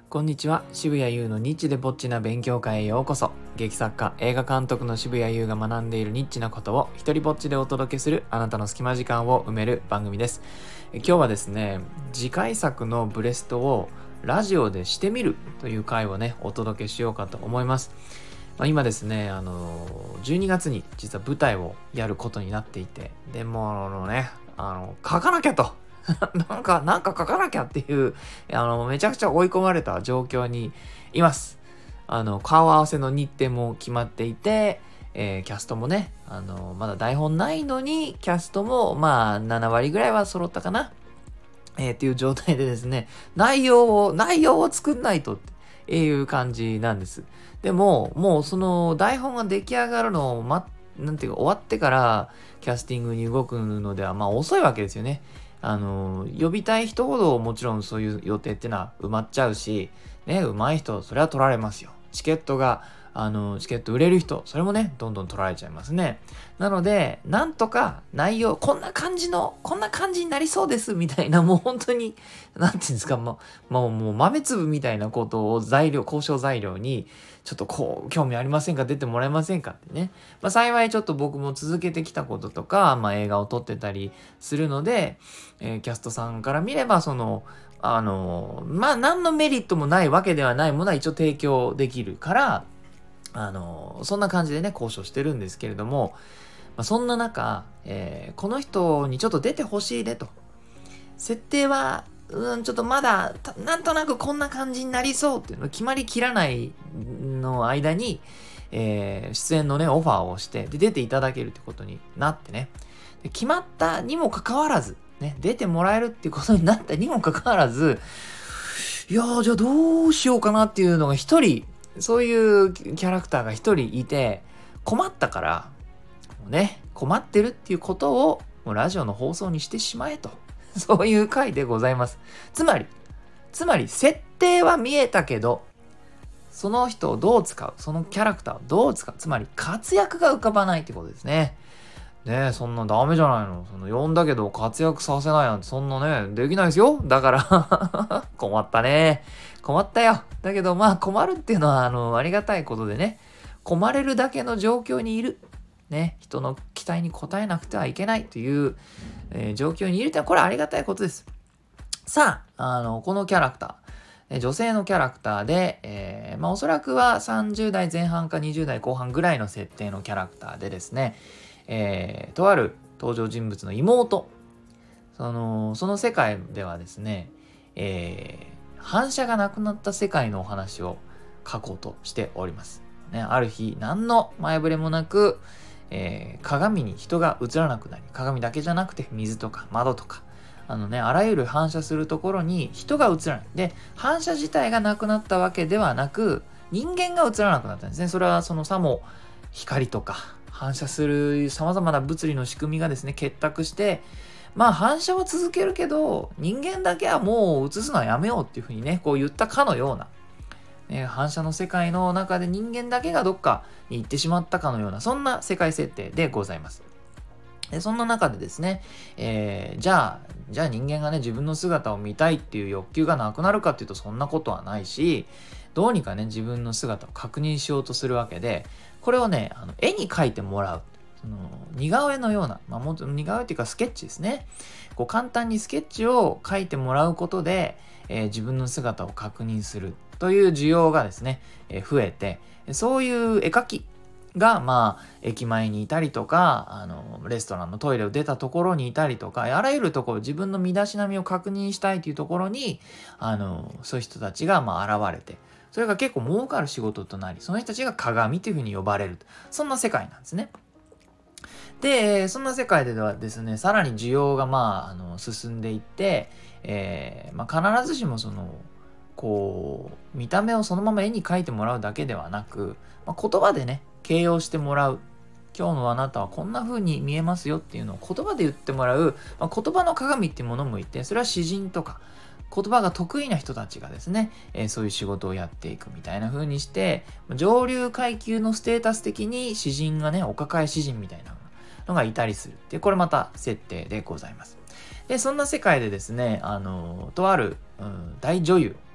こんにちは。渋谷優のニッチでぼっちな勉強会へようこそ。劇作家、映画監督の渋谷優が学んでいるニッチなことを一人ぼっちでお届けするあなたの隙間時間を埋める番組です。今日はですね、次回作のブレストをラジオでしてみるという回をね、お届けしようかと思います。今ですね、12月に実は舞台をやることになっていて、でもね、書かなきゃと。なんか書かなきゃっていう、めちゃくちゃ追い込まれた状況にいます。顔合わせの日程も決まっていて、キャストもね、まだ台本ないのに、キャストも7割ぐらいは揃ったかな。っていう状態でですね、内容を作んないとっていう感じなんです。でも、もうその台本が出来上がるのをなんていうか終わってからキャスティングに動くのでは遅いわけですよね。呼びたい人ほどもちろんそういう予定ってのは埋まっちゃうし、ね、上手い人、それは取られますよ。チケット売れる人、それもね、どんどん取られちゃいますね。なので、なんとか内容、こんな感じになりそうです、みたいな、もう本当に、なんていうんですか、もう豆粒みたいなことを交渉材料に、ちょっと興味ありませんか、出てもらえませんかってね。幸いちょっと僕も続けてきたこととか、映画を撮ってたりするので、キャストさんから見れば、何のメリットもないわけではないものは一応提供できるから、そんな感じでね、交渉してるんですけれども、そんな中、この人にちょっと出てほしいねと。設定は、ちょっとまだ、なんとなくこんな感じになりそうっていうの決まりきらないの間に、出演のね、オファーをして、で、出ていただけるってことになってね。で決まったにもかかわらず、ね、出てもらえるっていうことになったにもかかわらず、いやー、じゃあどうしようかなっていうのが一人、そういうキャラクターが一人いて、困ったから、困ってるっていうことをもうラジオの放送にしてしまえと。そういう回でございます。つまり、設定は見えたけど、その人をどう使う、そのキャラクターをどう使う、つまり活躍が浮かばないってことですね。ねえ、そんなダメじゃないの。呼んだけど活躍させないなんてそんなね、できないですよ。だから困ったね。困ったよ。だけど困るっていうのはありがたいことでね、困れるだけの状況にいる。ね、人の期待に応えなくてはいけないという、状況にいるってのはこれはありがたいことです。さあ、このキャラクター、女性のキャラクターで、おそらくは30代前半か20代後半ぐらいの設定のキャラクターでですね、とある登場人物の妹、その世界ではですね、反射がなくなった世界のお話を書こうとしております。ね、ある日、何の前触れもなく、鏡に人が映らなくなり、鏡だけじゃなくて水とか窓とか、あらゆる反射するところに人が映らない。で、反射自体がなくなったわけではなく、人間が映らなくなったんですね。それはさも光とか反射する様々な物理の仕組みがですね、結託して、反射は続けるけど、人間だけはもう映すのはやめようっていうふうにね、こう言ったかのような、反射の世界の中で人間だけがどっかに行ってしまったかのような、そんな世界設定でございます。でそんな中でですね、じゃあ人間がね、自分の姿を見たいっていう欲求がなくなるかっていうとそんなことはないし、どうにかね、自分の姿を確認しようとするわけで、これをね、絵に描いてもらう。似顔絵のような、もっと似顔絵っていうかスケッチですね。こう簡単にスケッチを描いてもらうことで、自分の姿を確認するという需要がですね、増えて、そういう絵描きが駅前にいたりとか、レストランのトイレを出たところにいたりとか、あらゆるところ、自分の身だしなみを確認したいというところに、そういう人たちが現れて、それが結構儲かる仕事となり、その人たちが鏡というふうに呼ばれる。そんな世界なんですね。で、そんな世界ではですね、さらに需要が進んでいって、必ずしも見た目をそのまま絵に描いてもらうだけではなく、言葉でね、形容してもらう。今日のあなたはこんな風に見えますよっていうのを言葉で言ってもらう、言葉の鏡っていうものもいて、それは詩人とか、言葉が得意な人たちがですね、そういう仕事をやっていくみたいな風にして、上流階級のステータス的に詩人がね、お抱え詩人みたいなのがいたりするっていう、これまた設定でございます。で、そんな世界でですね、とある、大女優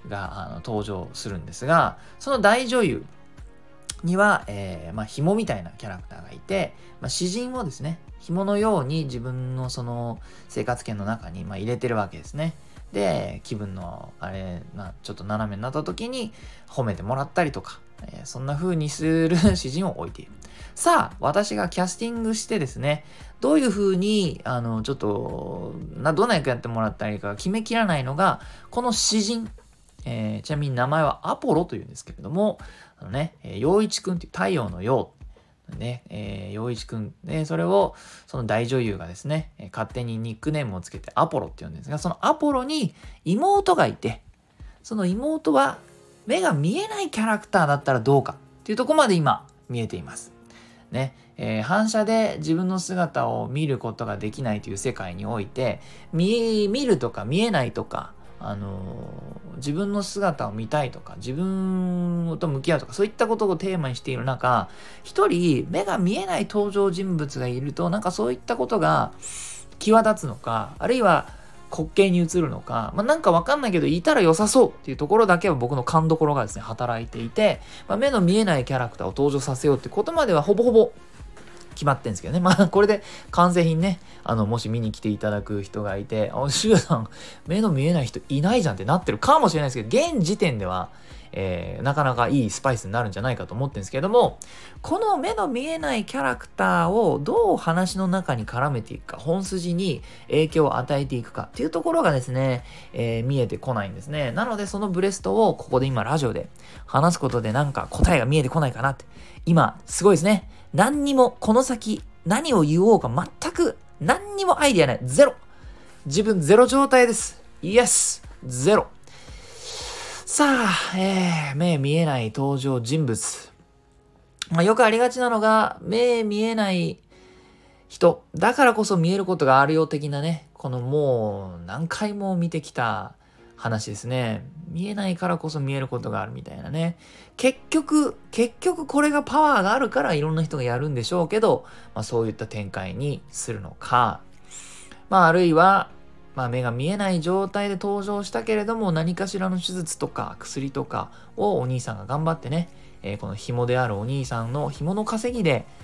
が登場するんですが、その大女優には、紐みたいなキャラクターがいて、詩人をですね、紐のように自分のその生活圏の中に入れてるわけですね。で、気分のちょっと斜めになった時に褒めてもらったりとか、そんな風にする詩人を置いている。さあ、私がキャスティングしてですね、どういう風にちょっとどんな役やってもらったらいいか決めきらないのが、この詩人、ちなみに名前はアポロというんですけれども、陽一くんっていう太陽の陽陽一くんで、それをその大女優がですね、勝手にニックネームをつけてアポロって言うんですが、そのアポロに妹がいて、その妹は目が見えないキャラクターだったらどうかっていうところまで今見えていますね。反射で自分の姿を見ることができないという世界において、見るとか見えないとか、自分の姿を見たいとか、自分と向き合うとか、そういったことをテーマにしている中、一人目が見えない登場人物がいると、そういったことが際立つのか、あるいは滑稽に映るのか、なんかわかんないけどいたら良さそうっていうところだけは僕の勘どころがですね働いていて、目の見えないキャラクターを登場させようってことまではほぼほぼ決まってんですけどね。これで完成品ね、もし見に来ていただく人がいて、シュウさん目の見えない人いないじゃんってなってるかもしれないですけど、現時点ではなかなかいいスパイスになるんじゃないかと思ってるんですけども、この目の見えないキャラクターをどう話の中に絡めていくか、本筋に影響を与えていくかっていうところがですね、見えてこないんですね。なのでそのブレストをここで今ラジオで話すことでなんか答えが見えてこないかなって。今すごいですね。何にもこの先何を言おうか全く何にもアイディアない。ゼロ。自分ゼロ状態です。イエス。ゼロ。さあ、目見えない登場人物。よくありがちなのが、目見えない人だからこそ見えることがあるよ的なね、このもう何回も見てきた話ですね。見えないからこそ見えることがあるみたいなね。結局これがパワーがあるからいろんな人がやるんでしょうけど、そういった展開にするのか、あるいは目が見えない状態で登場したけれども、何かしらの手術とか薬とかをお兄さんが頑張ってね、この紐であるお兄さんの紐の稼ぎで、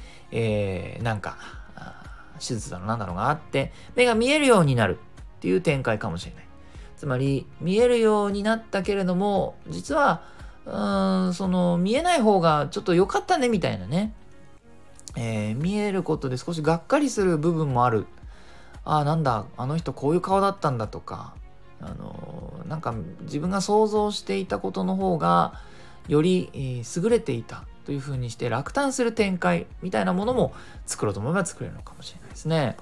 手術だのなんだろうがあって目が見えるようになるっていう展開かもしれない。つまり見えるようになったけれども、実はその見えない方がちょっと良かったねみたいなね、見えることで少しがっかりする部分もある。なんだあの人こういう顔だったんだとか、なんか自分が想像していたことの方がより、優れていたというふうにして落胆する展開みたいなものも作ろうと思えば作れるのかもしれないですね。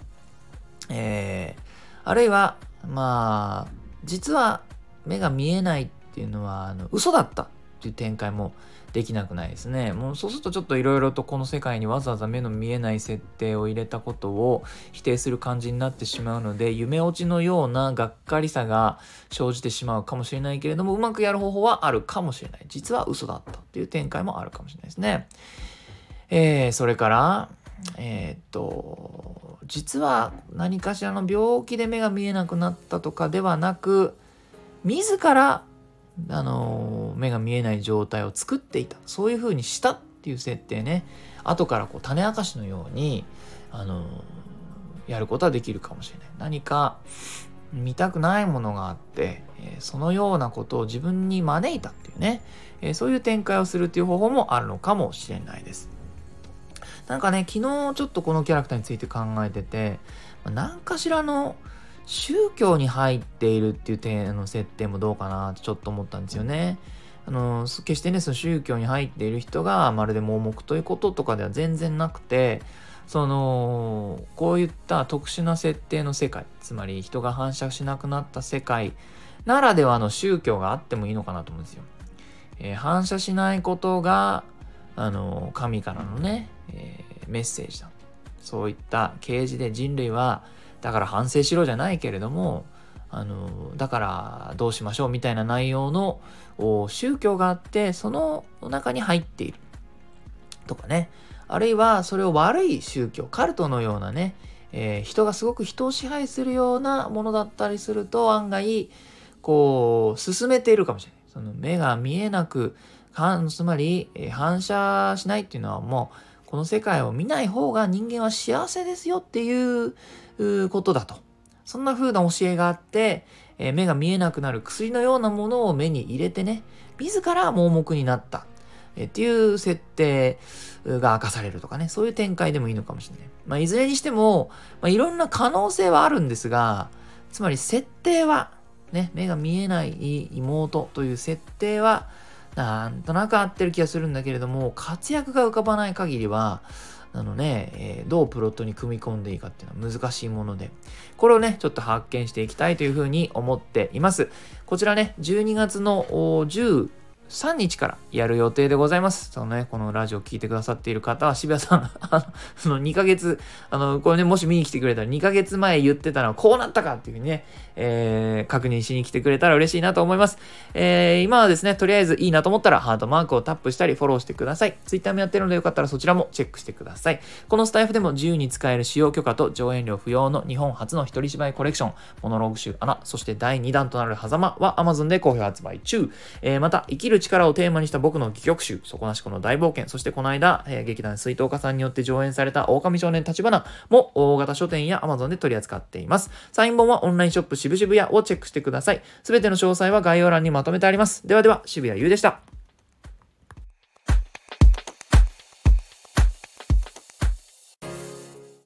あるいは実は目が見えないっていうのは嘘だったっていう展開もできなくないですね。もうそうするとちょっといろいろとこの世界にわざわざ目の見えない設定を入れたことを否定する感じになってしまうので、夢落ちのようながっかりさが生じてしまうかもしれないけれども、うまくやる方法はあるかもしれない。実は嘘だったっていう展開もあるかもしれないですね。それから実は何かしらの病気で目が見えなくなったとかではなく、自ら目が見えない状態を作っていた、そういう風にしたっていう設定ね、後から種明かしのようにやることはできるかもしれない。何か見たくないものがあって、そのようなことを自分に招いたっていうね、そういう展開をするっていう方法もあるのかもしれないです。なんかね、昨日ちょっとこのキャラクターについて考えてて、何かしらの宗教に入っているっていう点の設定もどうかなってちょっと思ったんですよね。決してね、その宗教に入っている人がまるで盲目ということとかでは全然なくて、こういった特殊な設定の世界、つまり人が反射しなくなった世界ならではの宗教があってもいいのかなと思うんですよ。反射しないことが神からのね、メッセージだ。そういった啓示で人類はだから反省しろじゃないけれども、だからどうしましょうみたいな内容の宗教があって、その中に入っているとかね、あるいはそれを悪い宗教、カルトのようなね、人がすごく人を支配するようなものだったりすると、案外進めているかもしれない。 その目が見えなく、つまり、反射しないっていうのはもう、この世界を見ない方が人間は幸せですよっていうことだと。そんな風な教えがあって、目が見えなくなる薬のようなものを目に入れてね、自ら盲目になった。っていう設定が明かされるとかね、そういう展開でもいいのかもしれない。いずれにしても、いろんな可能性はあるんですが、つまり設定は、ね、目が見えない妹という設定は、なんとなく合ってる気がするんだけれども、活躍が浮かばない限りは、どうプロットに組み込んでいいかっていうのは難しいもので、これをね、ちょっと発見していきたいというふうに思っています。こちらね、12月の13日からやる予定でございます。このラジオ聞いてくださっている方は、渋谷さん、その2ヶ月、これね、もし見に来てくれたら2ヶ月前言ってたのはこうなったかっていうふうにね、確認しに来てくれたら嬉しいなと思います。今はですね、とりあえずいいなと思ったらハートマークをタップしたりフォローしてください。Twitter もやってるのでよかったらそちらもチェックしてください。このスタイフでも自由に使える使用許可と上演料不要の日本初の一人芝居コレクション、モノローグ集穴、そして第2弾となる狭間は Amazon で好評発売中。また、生きる力をテーマにした僕の戯曲集、底なしこの大冒険、そしてこの間、劇団水藤家さんによって上演された狼少年立花も大型書店や Amazon で取り扱っています。サイン本はオンラインショップ渋々屋をチェックしてください。すべての詳細は概要欄にまとめてあります。ではでは、渋谷優でした。